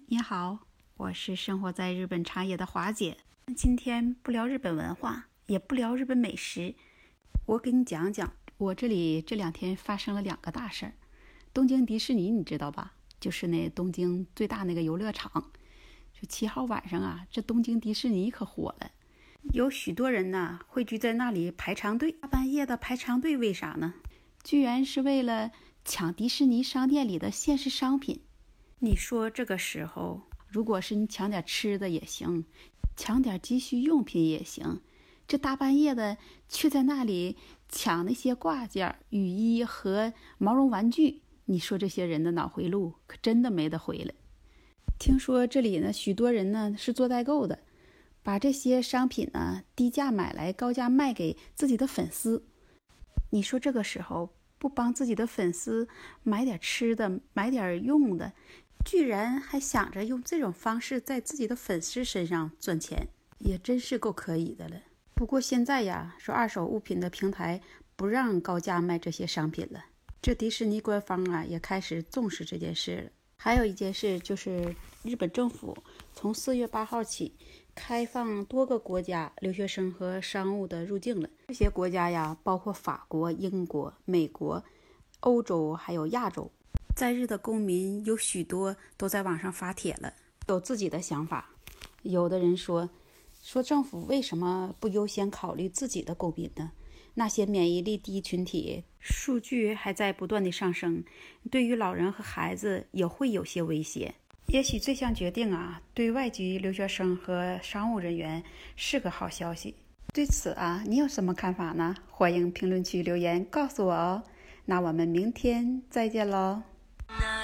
你好，我是生活在日本长野的华姐。今天不聊日本文化，也不聊日本美食，我给你讲讲我这里这2天发生了2个大事儿。东京迪士尼你知道吧？就是那东京最大那个游乐场。就7号晚上啊，这东京迪士尼可火了，有许多人呢汇聚在那里排长队。大半夜的排长队，为啥呢？居然是为了抢迪士尼商店里的限时商品。你说这个时候，如果是你抢点吃的也行，抢点急需用品也行，这大半夜的却在那里抢那些挂件、雨衣和毛绒玩具，你说这些人的脑回路可真的没得回了。听说这里呢，许多人呢是做代购的，把这些商品呢低价买来，高价卖给自己的粉丝。你说这个时候不帮自己的粉丝买点吃的，买点用的，居然还想着用这种方式在自己的粉丝身上赚钱，也真是够可以的了。不过现在呀，说二手物品的平台不让高价卖这些商品了，这迪士尼官方啊也开始重视这件事了。还有一件事就是日本政府从4月8号起开放多个国家留学生和商务的入境了。这些国家呀，包括法国、英国、美国、欧洲还有亚洲。在日的公民有许多都在网上发帖了，有自己的想法。有的人说政府为什么不优先考虑自己的公民呢？那些免疫力低群体数据还在不断的上升，对于老人和孩子也会有些威胁。也许这项决定啊，对外籍留学生和商务人员是个好消息。对此啊，你有什么看法呢？欢迎评论区留言告诉我哦。那我们明天再见喽。